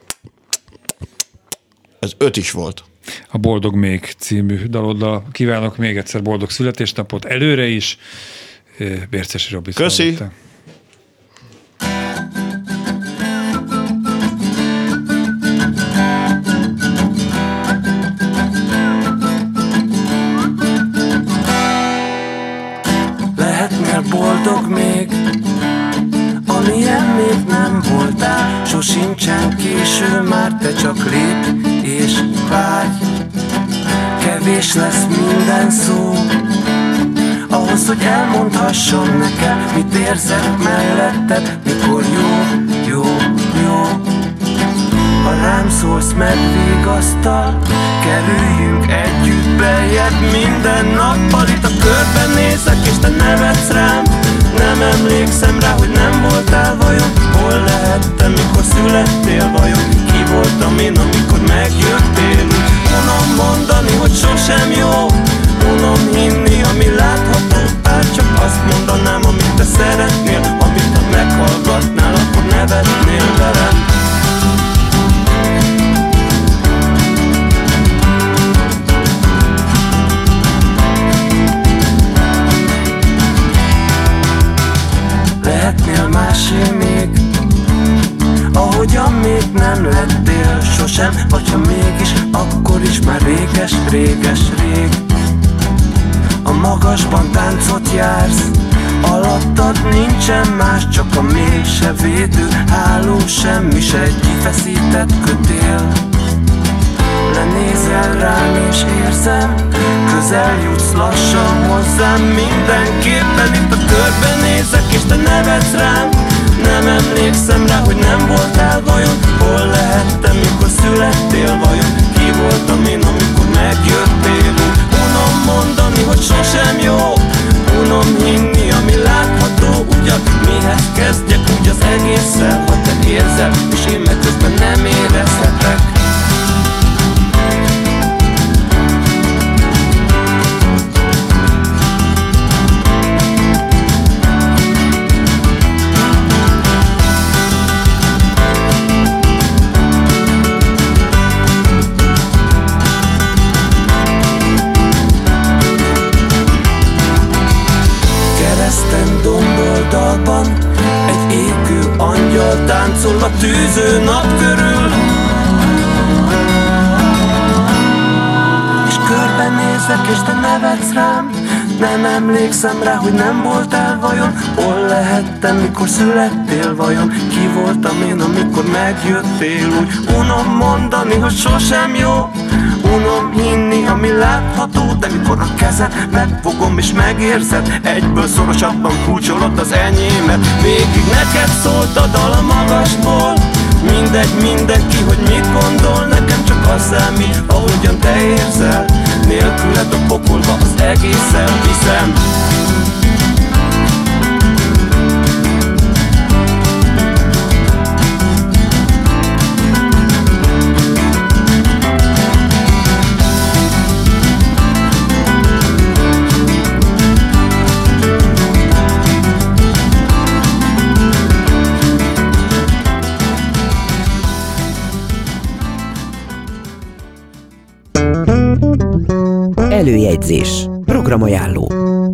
Ez 5 is volt. A Boldog Még című daloddal kívánok még egyszer boldog születésnapot előre is. Bércesi Robi. Köszi. Szólottam. Boldog még, amilyen még nem voltál. Sosincsen késő, már te csak lép és vágy. Kevés lesz minden szó ahhoz, hogy elmondhassam neked, mit érzek melletted, mikor jó, jó, jó. Ha rám szólsz, megvigasztal, kerüljünk együtt bejebb minden nappal. Itt a körben nézek, és te nevetsz rám. Nem emlékszem rá, hogy nem voltál vajon. Hol lehettem, mikor születtél vajon? Ki voltam én, amikor megjöttél? Tudom mondani, hogy sosem jó, másé még, ahogyan még nem lettél sosem, vagy ha mégis, akkor is már réges, réges, rég. A magasban táncot jársz, alattad nincsen más, csak a mély se védő háló, semmi se egy kifeszített kötél. Lenézel rám és érzem, közel jutsz lassan hozzám, mindenképpen itt a körben nézek és te nevetsz rám. Nem emlékszem rá, hogy nem voltál vajon, hol lehettem, mikor születtél vajon, ki voltam én, amikor megjöttél. Unom mondani, hogy sosem jó, unom hinni, ami látható, ugyan mihez kezdjek úgy az egésszel, ha te érzel, és én meg közben nem érezhetek. Egy égő angyal táncol a tűző nap körül, és körbenézek és te nevetsz rám. Nem emlékszem rá, hogy nem voltál vajon, hol lehettem, mikor születtél vajon, ki voltam én, amikor megjöttél. Úgy unom mondani, hogy sosem jó, unom hinni, ami látható, de mikor a kezed megfogom és megérzed, egyből szorosabban kulcsolod az enyémet. Végig neked szólt a dal a magasból, mindegy mindenki, hogy mit gondol, nekem csak az számít, ahogyan te érzel. Nélküled a pokolba az egészen viszem. Előjegyzés. Programajánló.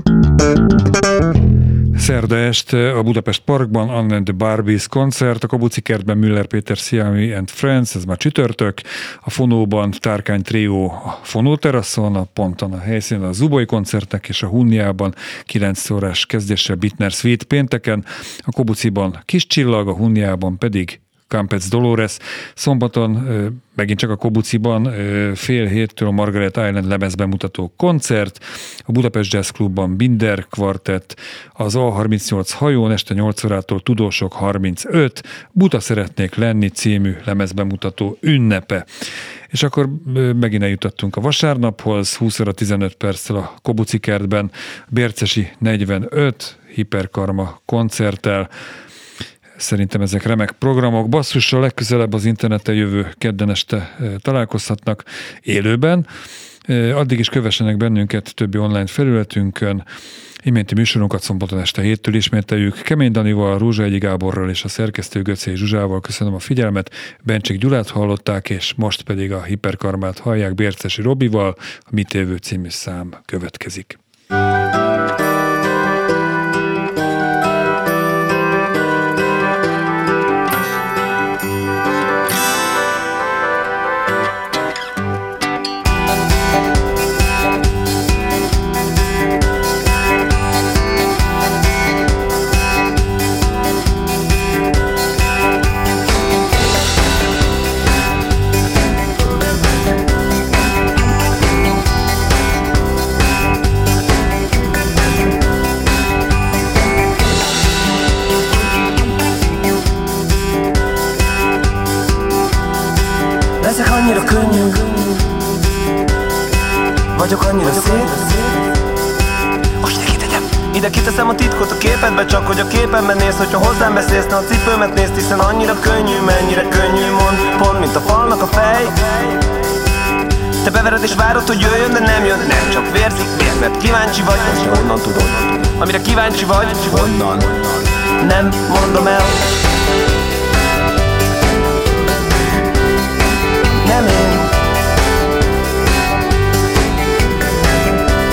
Szerda este a Budapest Parkban Anne and the Barbies koncert, a Kabuci kertben Müller Péter Sziámi and Friends, ez már csütörtök, a Fonóban Tárkány Trio a Fonó teraszon, a Ponton a helyszínen a Zuboly koncertnek, és a Hunniában 9 órás kezdéssel Bittner Suite pénteken, a Kabuciban Kis Csillag, a Hunniában pedig Campez Dolores. Szombaton megint csak a Kobuciban fél héttől a Margaret Island lemezbemutató koncert, a Budapest Jazz Clubban Binder Quartet, az A38 hajón este 8 órától Tudósok 35, Buta szeretnék lenni című lemezbemutató ünnepe. És akkor megint eljutottunk a vasárnaphoz, 20 óra 15 perccel a Kobuci kertben Bércesi 45 Hiperkarma koncerttel. Szerintem ezek remek programok. Basszussal legközelebb az interneten jövő kedden este találkozhatnak élőben. Addig is kövessenek bennünket többi online felületünkön. Iménti műsorunkat szombaton este 7-től ismételjük. Kemény Danival, Rózsa Egyi Gáborral és a szerkesztő Göcei Zsuzsával köszönöm a figyelmet. Bencsik Gyulát hallották, és most pedig a Hiperkarmát hallják Bércesi Robival. A Mit évő című szám következik. Annyira könnyű, vagyok annyira szép. Most ide kiteszem a titkot a képedbe, csak hogy a képemben néz, hogyha hozzám beszélsz, ne a cipőmet nézd, hiszen annyira könnyű, mennyire könnyű, mond, pont mint a falnak a fej. Te bevered és várod, hogy jöjjön, de nem jön, nem csak vérzik, mert kíváncsi vagy, hogy honnan tudod. Amire kíváncsi vagy, honnan, nem mondom el. Nem én.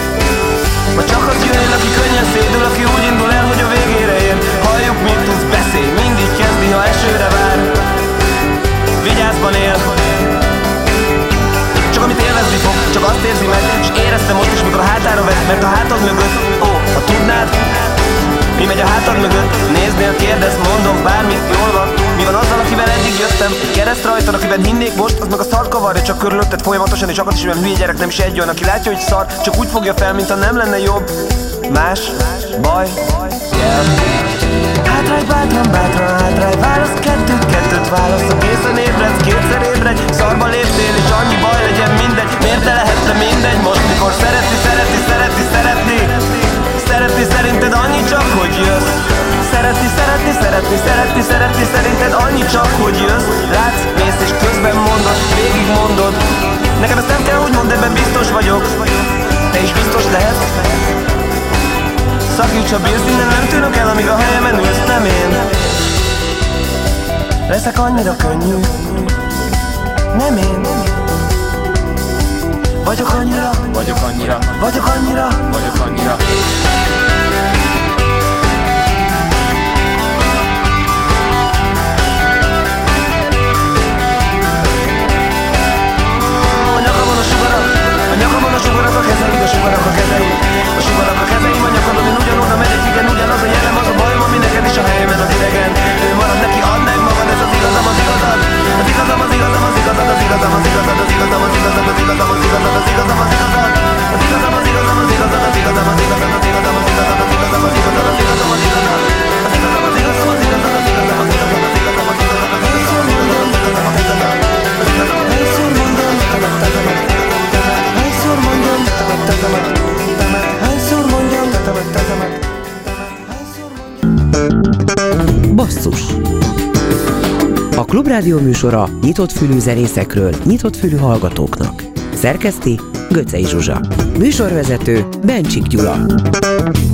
Vagy csak az jön, aki könnyen szédül, aki úgy indul el, hogy a végére ér. Halljuk, mit tudsz beszélni. a hátad mögött. Néznél, kérdezd, mondom, bármit, jól van. Mi van azzal, akivel eddig jöttem? Kereszt rajtad, akiben hinnék most, az meg a szart kavarja csak körülötted folyamatosan, és akad is, mert hülye gyerek nem is egy olyan, aki látja, hogy szar, csak úgy fogja fel, mintha nem lenne jobb. Más, baj, jel. Hátrálj bátran, hátrálj, válasz kettőt válasz. Ha készen ébredsz, kétszer ébredj, szarba léptél, és annyi baj legyen mindegy. Miért ne lehetne mindegy most, mikor szeretni szerinted annyi csak, hogy jössz. Szeretni szerinted annyi csak, hogy jössz. Látsz, mész és közben mondod, végig mondod. Nekem ezt nem kell, hogy mondd, ebben biztos vagyok. Te is biztos lehetsz. Szakíts a bírsz, innen nem tűnök el, amíg a helyemen ülsz, nem én. Leszek annyira könnyű, nem én. Vagyok annyira. A nyakamon a sugarak, a kezeid, a sugarak a kezeid. A sugarak a kezeim, a nyakadon én ugyanoda megyek, igen, ugyanaz a jelem, az a bajom, ami neked is a helyemen az idegen. Ő marad neki, add meg magad, ez az igazam, az igazad. Az igazam, az igazam, az igazad, az igazam, az igazad, az igazam, az igazad, az igazam, az igazad, az igazam, az igazad. Az igazam, az igazam, az igazad, az igazam, az igazad, az igazam, az igazad, az igazam, az igazad, az igazam, az igazad. Az igazam, az igazam, az igazad, az igazam, az igazam, az igazam, az igazam, az igazam, az igazam. Basszus. A Klubrádió műsora nyitott fülű zenészekről, nyitott fülű hallgatóknak. Szerkeszti Göcsei Zsuzsa. Műsorvezető Bencsik Gyula.